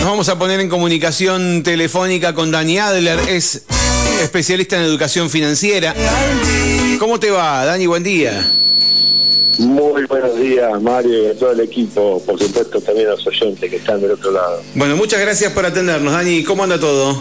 Nos vamos a poner en comunicación telefónica con Dani Adler, es especialista en educación financiera. ¿Cómo te va, Dani? Buen día. Muy buenos días, Mario, y a todo el equipo, por supuesto también a los oyentes que están del otro lado. Bueno, muchas gracias por atendernos, Dani. ¿Cómo anda todo?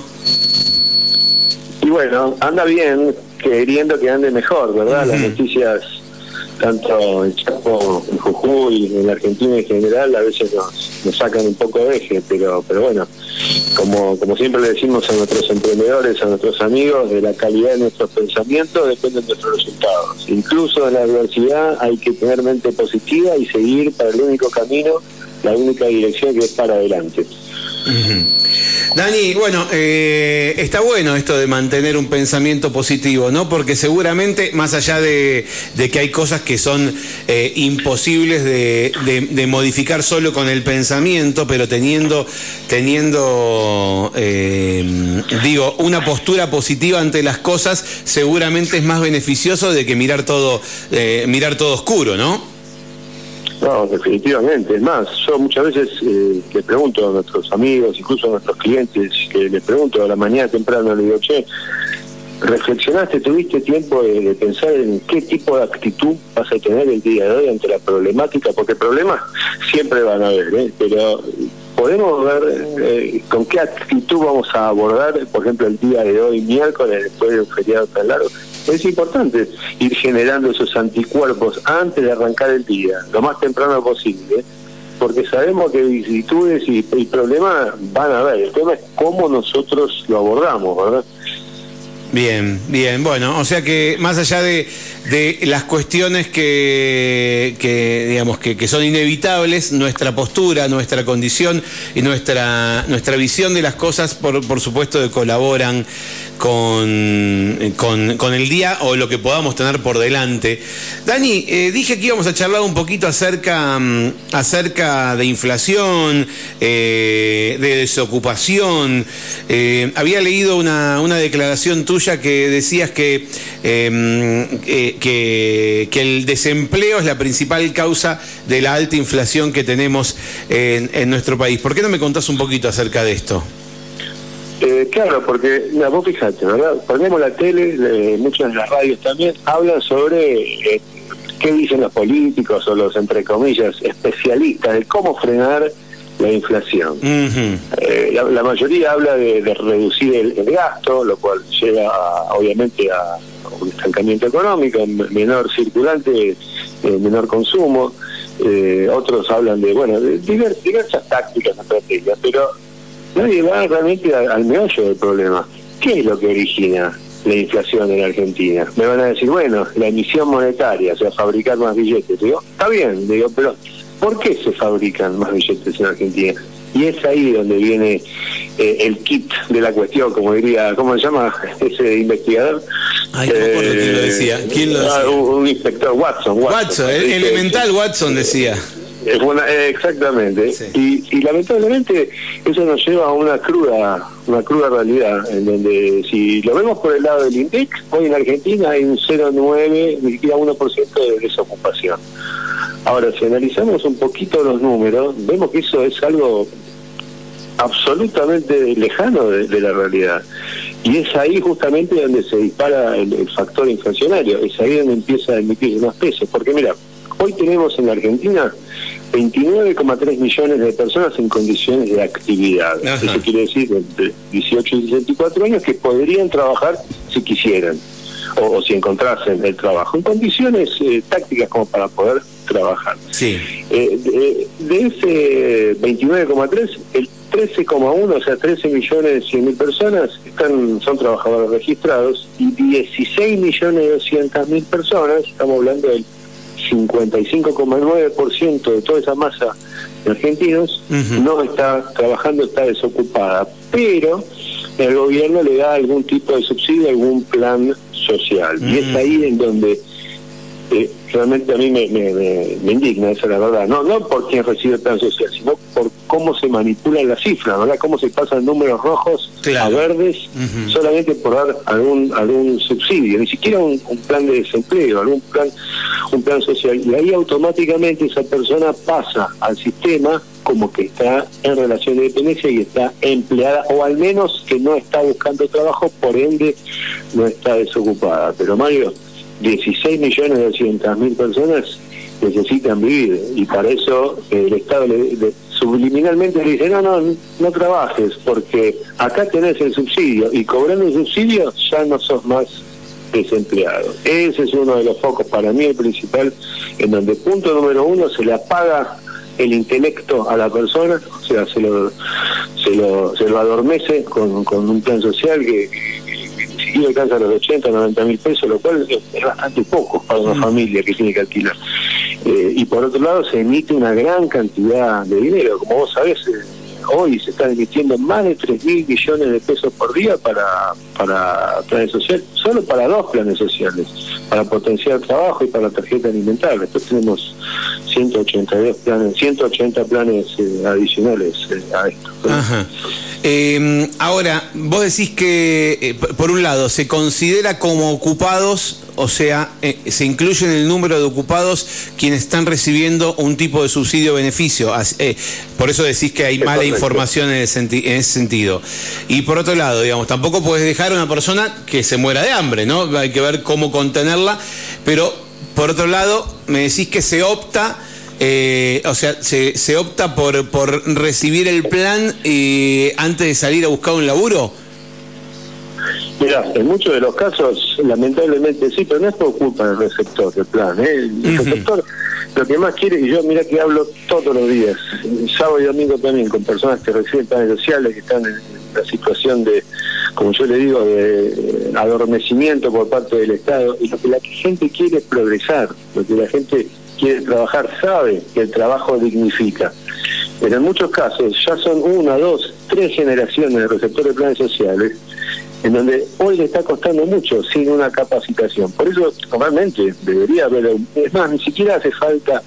Y bueno, anda bien, queriendo que ande mejor, ¿verdad? Las noticias, tanto en Chaco, en Jujuy, en la Argentina en general, a veces nos sacan un poco de eje, pero bueno, como siempre le decimos a nuestros emprendedores, a nuestros amigos, de la calidad de nuestros pensamientos dependen nuestros resultados. Incluso en la adversidad hay que tener mente positiva y seguir para el único camino, la única dirección, que es para adelante. Dani, bueno, está bueno esto de mantener un pensamiento positivo, ¿no? Porque seguramente, más allá de que hay cosas que son imposibles de modificar solo con el pensamiento, pero teniendo una postura positiva ante las cosas, seguramente es más beneficioso de que mirar todo oscuro, ¿no? No, definitivamente. Es más, yo muchas veces le pregunto a nuestros amigos, incluso a nuestros clientes, que les pregunto a la mañana temprano, le digo, che, ¿reflexionaste, tuviste tiempo de pensar en qué tipo de actitud vas a tener el día de hoy ante la problemática? Porque problemas siempre van a haber, pero podemos ver con qué actitud vamos a abordar, por ejemplo, el día de hoy, miércoles, después de un feriado tan largo. Es importante ir generando esos anticuerpos antes de arrancar el día, lo más temprano posible, porque sabemos que vicisitudes y problemas van a haber. El tema es cómo nosotros lo abordamos, ¿verdad? Bien, bueno, o sea que más allá de las cuestiones que digamos que son inevitables, nuestra postura, nuestra condición y nuestra visión de las cosas, por supuesto, que colaboran con el día o lo que podamos tener por delante. Dani, dije que íbamos a charlar un poquito acerca de inflación, de desocupación. Había leído una declaración tuya que decías que el desempleo es la principal causa de la alta inflación que tenemos en nuestro país. ¿Por qué no me contás un poquito acerca de esto? Claro, porque vos fijate, ¿verdad? Ponemos la tele, muchas de las radios también hablan sobre qué dicen los políticos o los, entre comillas, especialistas de cómo frenar la inflación. La mayoría habla de reducir el gasto, lo cual lleva obviamente a un estancamiento económico, menor circulante, menor consumo. Otros hablan de diversas tácticas, estrategias, pero nadie va realmente al meollo del problema. ¿Qué es lo que origina la inflación en Argentina? Me van a decir, bueno, la emisión monetaria, o sea, fabricar más billetes. Digo, está bien, pero ¿por qué se fabrican más billetes en Argentina? Y es ahí donde viene el kit de la cuestión, como diría, ¿cómo se llama ese investigador? Ay, no me acuerdo quién lo decía. ¿Quién lo decía? Un inspector, Watson, el elemental Watson decía. Exactamente, sí. Y lamentablemente eso nos lleva a una cruda realidad, en donde si lo vemos por el lado del INDEC, hoy en Argentina hay un 0,9, ni siquiera 1% de desocupación. Ahora, si analizamos un poquito los números, vemos que eso es algo absolutamente lejano de la realidad. Y es ahí justamente donde se dispara el factor inflacionario, es ahí donde empieza a emitir más pesos. Porque mira, hoy tenemos en la Argentina 29,3 millones de personas en condiciones de actividad. Ajá. Eso quiere decir entre 18 y 64 años que podrían trabajar si quisieran o si encontrasen el trabajo en condiciones tácticas como para poder trabajar. Sí. De ese 29,3, el 13,1, o sea, 13.100.000 personas son trabajadores registrados, y 16.200.000 personas, estamos hablando del 55,9% de toda esa masa de argentinos, no está trabajando, está desocupada, pero el gobierno le da algún tipo de subsidio, algún plan social, y es ahí en donde realmente a mí me indigna, esa es la verdad, no por quién recibe el plan social, sino por cómo se manipulan las cifras, ¿verdad? Cómo se pasan números rojos a verdes solamente por dar algún subsidio, ni siquiera un plan de desempleo, un plan social, y ahí automáticamente esa persona pasa al sistema como que está en relación de dependencia y está empleada, o al menos que no está buscando trabajo, por ende no está desocupada. Pero Mario, 16.200.000 personas necesitan vivir, y para eso el Estado subliminalmente le dice no trabajes, porque acá tenés el subsidio, y cobrando el subsidio ya no sos más desempleado. Ese es uno de los focos, para mí el principal, en donde punto número 1 se le apaga el intelecto a la persona, o sea, se lo adormece con un plan social que ni siquiera alcanza los 80 o 90.000 pesos, lo cual es bastante poco para una familia que tiene que alquilar. Y por otro lado se emite una gran cantidad de dinero, como vos sabés. Hoy se están emitiendo más de 3.000 millones de pesos por día para planes sociales, solo para 2 planes sociales, para potenciar trabajo y para la tarjeta alimentaria. Después tenemos 180 planes adicionales a esto. Ajá. Ahora, vos decís que, por un lado, se considera como ocupados, o sea, se incluye en el número de ocupados quienes están recibiendo un tipo de subsidio o beneficio. Por eso decís que hay mala información en ese sentido. Y por otro lado, digamos, tampoco podés dejar a una persona que se muera de hambre, ¿no? Hay que ver cómo contenerla. Pero, por otro lado, me decís que se opta... o sea, se opta por recibir el plan antes de salir a buscar un laburo. Mirá, en muchos de los casos, lamentablemente sí, pero no es por culpa del receptor del plan. El receptor lo que más quiere, y yo mirá que hablo todos los días, sábado y domingo también, con personas que reciben planes sociales, que están en la situación de, como yo le digo, de adormecimiento por parte del Estado, y lo que la gente quiere es progresar, lo que la gente quiere trabajar, sabe que el trabajo dignifica. Pero en muchos casos ya son 1, 2, 3 generaciones de receptores de planes sociales en donde hoy le está costando mucho sin una capacitación. Por eso normalmente debería haber, es más, ni siquiera hace falta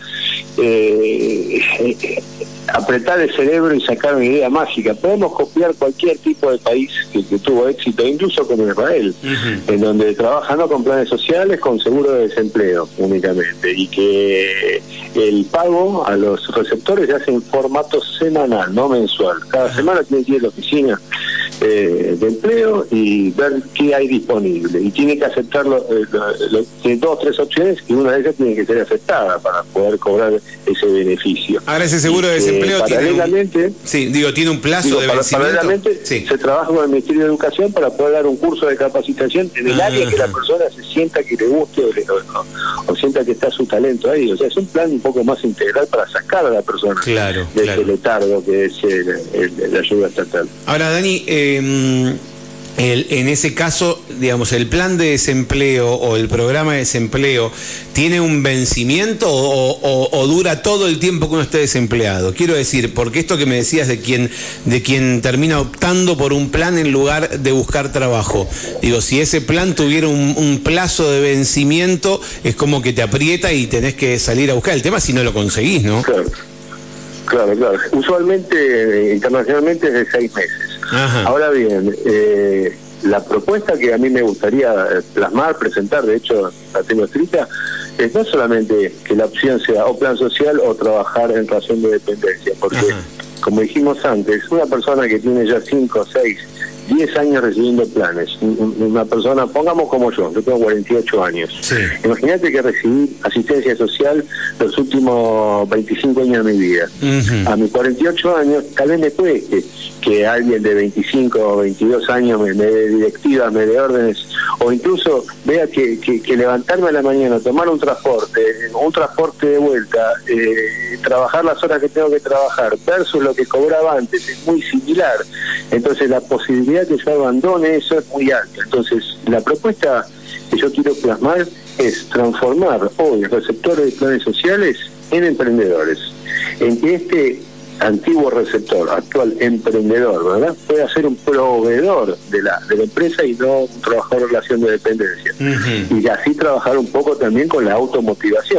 apretar el cerebro y sacar una idea mágica. Podemos copiar cualquier tipo de país que tuvo éxito, incluso como Israel, en donde trabajan no con planes sociales, con seguro de desempleo únicamente, y que el pago a los receptores se hace en formato semanal, no mensual. Cada semana tiene que ir a la oficina de empleo y ver qué hay disponible, y tiene que aceptarlo. Tiene 2 o 3 opciones, y una de ellas tiene que ser aceptada para poder cobrar ese beneficio. Ahora ese seguro de desempleo paralelamente, tiene un plazo de vencimiento. Paralelamente se trabaja con el Ministerio de Educación para poder dar un curso de capacitación en el área que la persona se sienta que le guste o sienta que está su talento ahí. O sea, es un plan un poco más integral para sacar a la persona de ese letargo que es la ayuda estatal. Ahora, Dani, en ese caso, digamos, ¿el plan de desempleo o el programa de desempleo tiene un vencimiento o dura todo el tiempo que uno esté desempleado? Quiero decir, porque esto que me decías de quien termina optando por un plan en lugar de buscar trabajo, digo, si ese plan tuviera un plazo de vencimiento, es como que te aprieta y tenés que salir a buscar el tema si no lo conseguís, ¿no? Claro. Usualmente, internacionalmente es de 6 meses. Ajá. Ahora bien, la propuesta que a mí me gustaría plasmar, presentar, de hecho la tengo escrita, es no solamente que la opción sea o plan social o trabajar en razón de dependencia, porque, como dijimos antes, una persona que tiene ya 5, 6, 10 años recibiendo planes, una persona, pongamos como yo tengo 48 años, imagínate que recibí asistencia social los últimos 25 años de mi vida. A mis 48 años tal vez me cueste que alguien de 25 o 22 años me dé directivas, me dé órdenes, o incluso vea que levantarme a la mañana, tomar un transporte de vuelta, trabajar las horas que tengo que trabajar versus lo que cobraba antes es muy similar. Entonces la posibilidad que yo abandone eso es muy alta. Entonces la propuesta que yo quiero plasmar es transformar hoy receptores de planes sociales en emprendedores, en que este antiguo receptor, actual emprendedor, ¿verdad?, pueda ser un proveedor de la empresa y no un trabajador en relación de dependencia. Y así trabajar un poco también con la automotivación,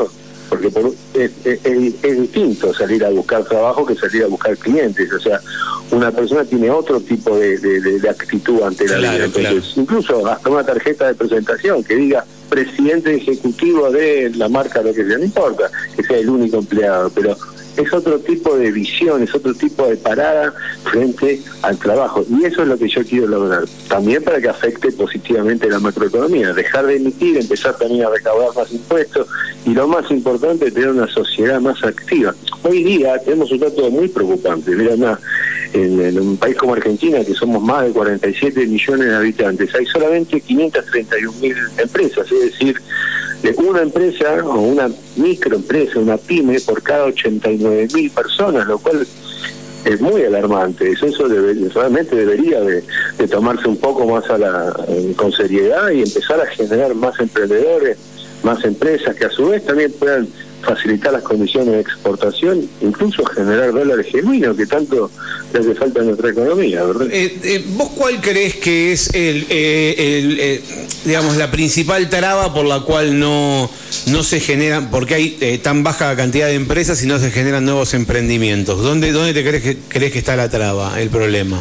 porque es distinto salir a buscar trabajo que salir a buscar clientes. O sea, una persona tiene otro tipo de actitud ante la vida. Entonces, incluso hasta una tarjeta de presentación que diga presidente ejecutivo de la marca, lo que sea, no importa que sea el único empleado, pero es otro tipo de visión, es otro tipo de parada frente al trabajo. Y eso es lo que yo quiero lograr. También para que afecte positivamente la macroeconomía. Dejar de emitir, empezar también a recaudar más impuestos. Y lo más importante, tener una sociedad más activa. Hoy día tenemos un dato muy preocupante. Mira, en un país como Argentina, que somos más de 47 millones de habitantes, hay solamente 531.000 empresas. Es decir, de una empresa o una microempresa, una pyme, por cada 89.000 personas, lo cual es muy alarmante. Eso realmente debería de tomarse un poco más con seriedad y empezar a generar más emprendedores, más empresas que a su vez también puedan facilitar las condiciones de exportación, incluso generar dólares genuinos que tanto le hace falta a nuestra economía, ¿verdad? ¿Vos cuál creés que es digamos, la principal traba por la cual no se generan, porque hay tan baja cantidad de empresas y no se generan nuevos emprendimientos? ¿Dónde te crees que está la traba, el problema?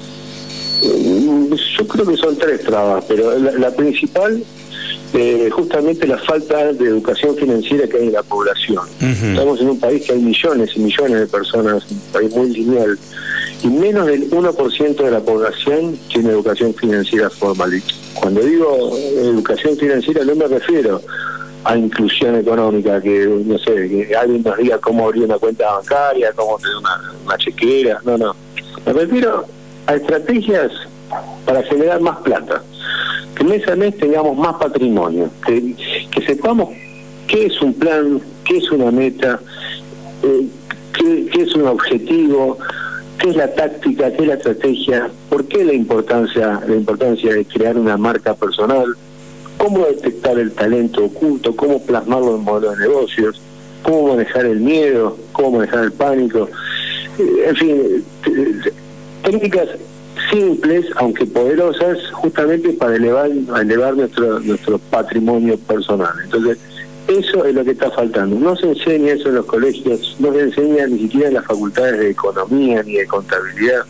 Yo creo que son tres trabas, pero la principal, justamente la falta de educación financiera que hay en la población. Estamos en un país que hay millones y millones de personas, un país muy lineal, y menos del 1% de la población tiene educación financiera formal. Y cuando digo educación financiera no me refiero a inclusión económica, que no sé, que alguien nos diga cómo abrir una cuenta bancaria, cómo tener una chequera, no. Me refiero a estrategias para generar más plata, que mes a mes tengamos más patrimonio, que sepamos qué es un plan, qué es una meta, qué es un objetivo, qué es la táctica, qué es la estrategia, por qué la importancia de crear una marca personal, cómo detectar el talento oculto, cómo plasmarlo en modelos de negocios, cómo manejar el miedo, cómo manejar el pánico, en fin, técnicas simples, aunque poderosas, justamente para elevar nuestro patrimonio personal. Entonces, eso es lo que está faltando. No se enseña eso en los colegios, no se enseña ni siquiera en las facultades de economía ni de contabilidad.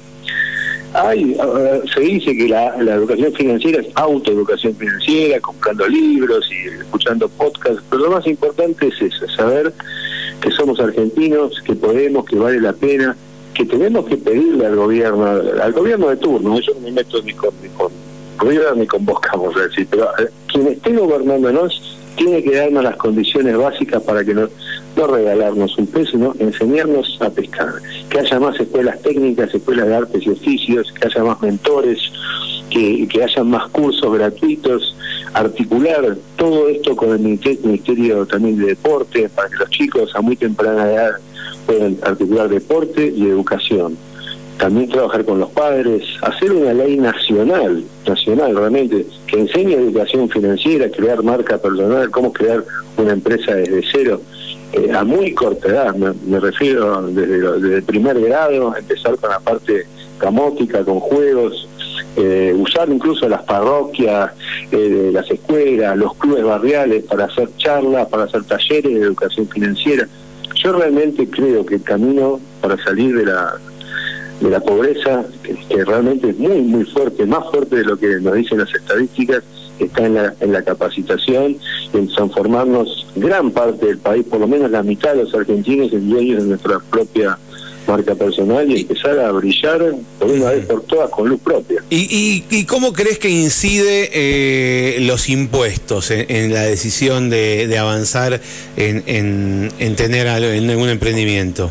Se dice que la educación financiera es autoeducación financiera, comprando libros y escuchando podcasts, pero lo más importante es eso, saber que somos argentinos, que podemos, que vale la pena, que tenemos que pedirle al gobierno de turno. Yo no me meto ni con gobierno ni con vos, vamos a decir, pero quien esté gobernándonos tiene que darnos las condiciones básicas para que no regalarnos un peso, sino enseñarnos a pescar, que haya más escuelas técnicas, escuelas de artes y oficios, que haya más mentores, que haya más cursos gratuitos, articular todo esto con el Ministerio también de Deporte, para que los chicos a muy temprana edad puedan articular deporte y educación. También trabajar con los padres, hacer una ley nacional realmente, que enseñe educación financiera, crear marca personal, cómo crear una empresa desde cero, a muy corta edad, me refiero desde el primer grado, empezar con la parte camótica, con juegos, usar incluso las parroquias, las escuelas, los clubes barriales para hacer charlas, para hacer talleres de educación financiera. Yo realmente creo que el camino para salir de la pobreza, que realmente es muy, muy fuerte, más fuerte de lo que nos dicen las estadísticas, está en la capacitación, en transformarnos gran parte del país, por lo menos la mitad de los argentinos, en dueños de nuestra propia marca personal y empezar a brillar por una vez por todas con luz propia. ¿Y cómo crees que incide los impuestos en la decisión de avanzar en tener en algún emprendimiento?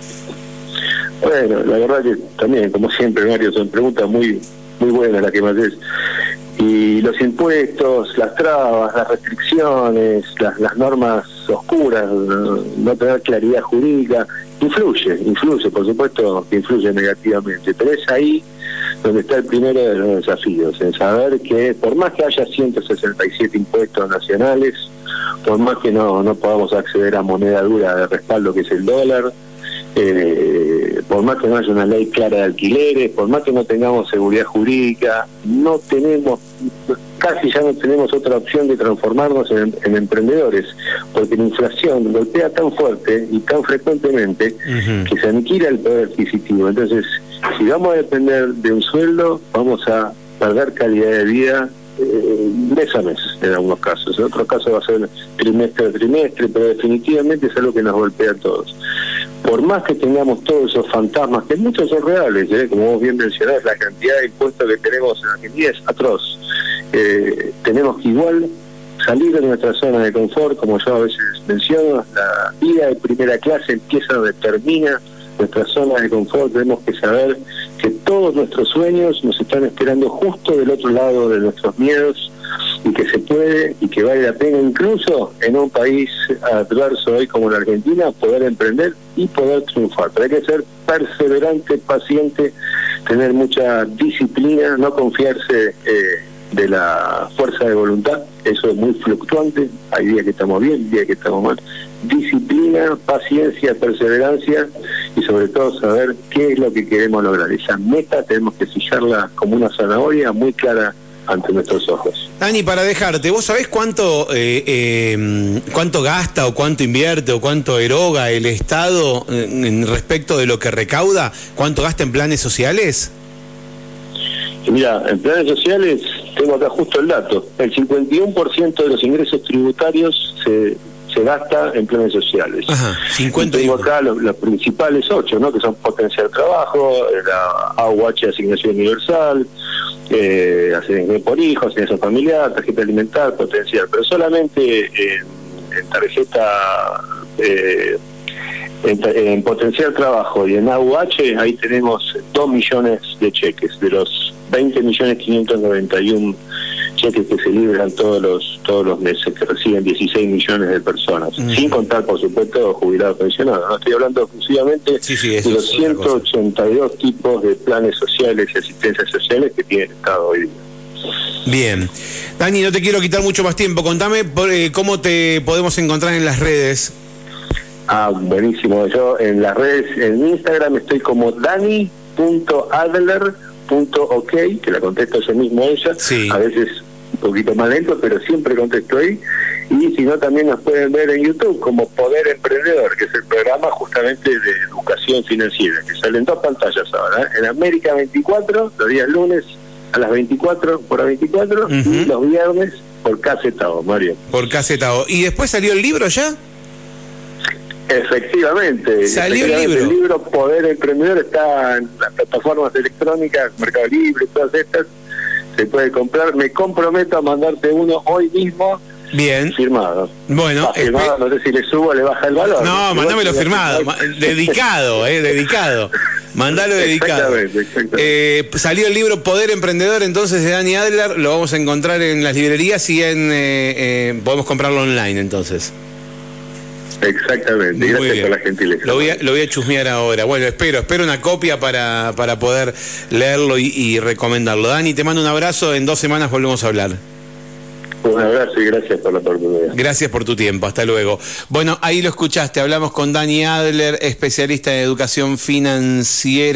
Bueno, la verdad que también, como siempre, Mario, son preguntas muy buenas las que me haces. Y los impuestos, las trabas, las restricciones, las normas oscuras, no tener claridad jurídica, influye, por supuesto que influye negativamente, pero es ahí donde está el primero de los desafíos, en saber que por más que haya 167 impuestos nacionales, por más que no podamos acceder a moneda dura de respaldo que es el dólar, por más que no haya una ley clara de alquileres, por más que no tengamos seguridad jurídica, casi ya no tenemos otra opción de transformarnos en emprendedores, porque la inflación golpea tan fuerte y tan frecuentemente que se aniquila el poder adquisitivo. Entonces, si vamos a depender de un sueldo, vamos a perder calidad de vida mes a mes en algunos casos. En otros casos va a ser trimestre a trimestre, pero definitivamente es algo que nos golpea a todos. Por más que tengamos todos esos fantasmas, que muchos son reales, como vos bien mencionás, la cantidad de impuestos que tenemos en Argentina es atroz. Tenemos que igual salir de nuestra zona de confort, como yo a veces menciono. La vida de primera clase empieza donde termina nuestra zona de confort. Tenemos que saber que todos nuestros sueños nos están esperando justo del otro lado de nuestros miedos, y que se puede y que vale la pena, incluso en un país adverso hoy como la Argentina, poder emprender y poder triunfar. Pero hay que ser perseverante, paciente, tener mucha disciplina, no confiarse de la fuerza de voluntad. Eso es muy fluctuante, hay días que estamos bien, días que estamos mal. Disciplina, paciencia, perseverancia y sobre todo saber qué es lo que queremos lograr. Esa meta tenemos que fijarla como una zanahoria muy clara ante nuestros ojos. Dani, para dejarte, ¿vos sabés cuánto gasta o cuánto invierte o cuánto eroga el Estado en respecto de lo que recauda? ¿Cuánto gasta en planes sociales? Y mira, en planes sociales tengo acá justo el dato. El 51% de los ingresos tributarios se gasta en planes sociales. Ajá, 51. Tengo acá los principales 8, ¿no? Que son potenciar trabajo, la AUH, asignación universal, asignación por hijos, asignación familiar, tarjeta alimentar, potenciar. Pero solamente en tarjeta, en potenciar trabajo y en AUH, ahí tenemos 2 millones de cheques, de los 20.591.000 cheques que se liberan todos los meses, que reciben 16 millones de personas, sin contar, por supuesto, jubilados pensionados. No estoy hablando exclusivamente de los 182 tipos de planes sociales y asistencias sociales que tiene el Estado hoy día. Bien. Dani, no te quiero quitar mucho más tiempo. Contame cómo te podemos encontrar en las redes. Buenísimo. Yo en las redes, en Instagram estoy como dani.adler.ok, que la contesto yo mismo a ella. Sí. A veces un poquito más lento, pero siempre contesto ahí. Y si no, también nos pueden ver en YouTube como Poder Emprendedor, que es el programa justamente de educación financiera, que sale en 2 pantallas ahora, en América 24, los días lunes a las 24, por a 24, y los viernes por KZO, Mario. Por KZO. ¿Y después salió el libro ya? Efectivamente. ¿Salió el libro? El libro Poder Emprendedor está en las plataformas electrónicas, Mercado Libre, todas estas, se puede comprar. Me comprometo a mandarte uno hoy mismo. Bien. Firmado. Bueno. Firmado, no sé si le subo o le baja el valor. No, mandámelo firmado. Dedicado, dedicado. Mandalo dedicado. Exactamente. Salió el libro Poder Emprendedor, entonces, de Dani Adler. Lo vamos a encontrar en las librerías y podemos comprarlo online, entonces. Exactamente, gracias por la gentileza. Lo voy a chusmear ahora. Bueno, espero una copia para poder leerlo y recomendarlo. Dani, te mando un abrazo, en 2 semanas volvemos a hablar. Un abrazo y gracias por la oportunidad. Gracias por tu tiempo, hasta luego. Bueno, ahí lo escuchaste, hablamos con Dani Adler, especialista en educación financiera.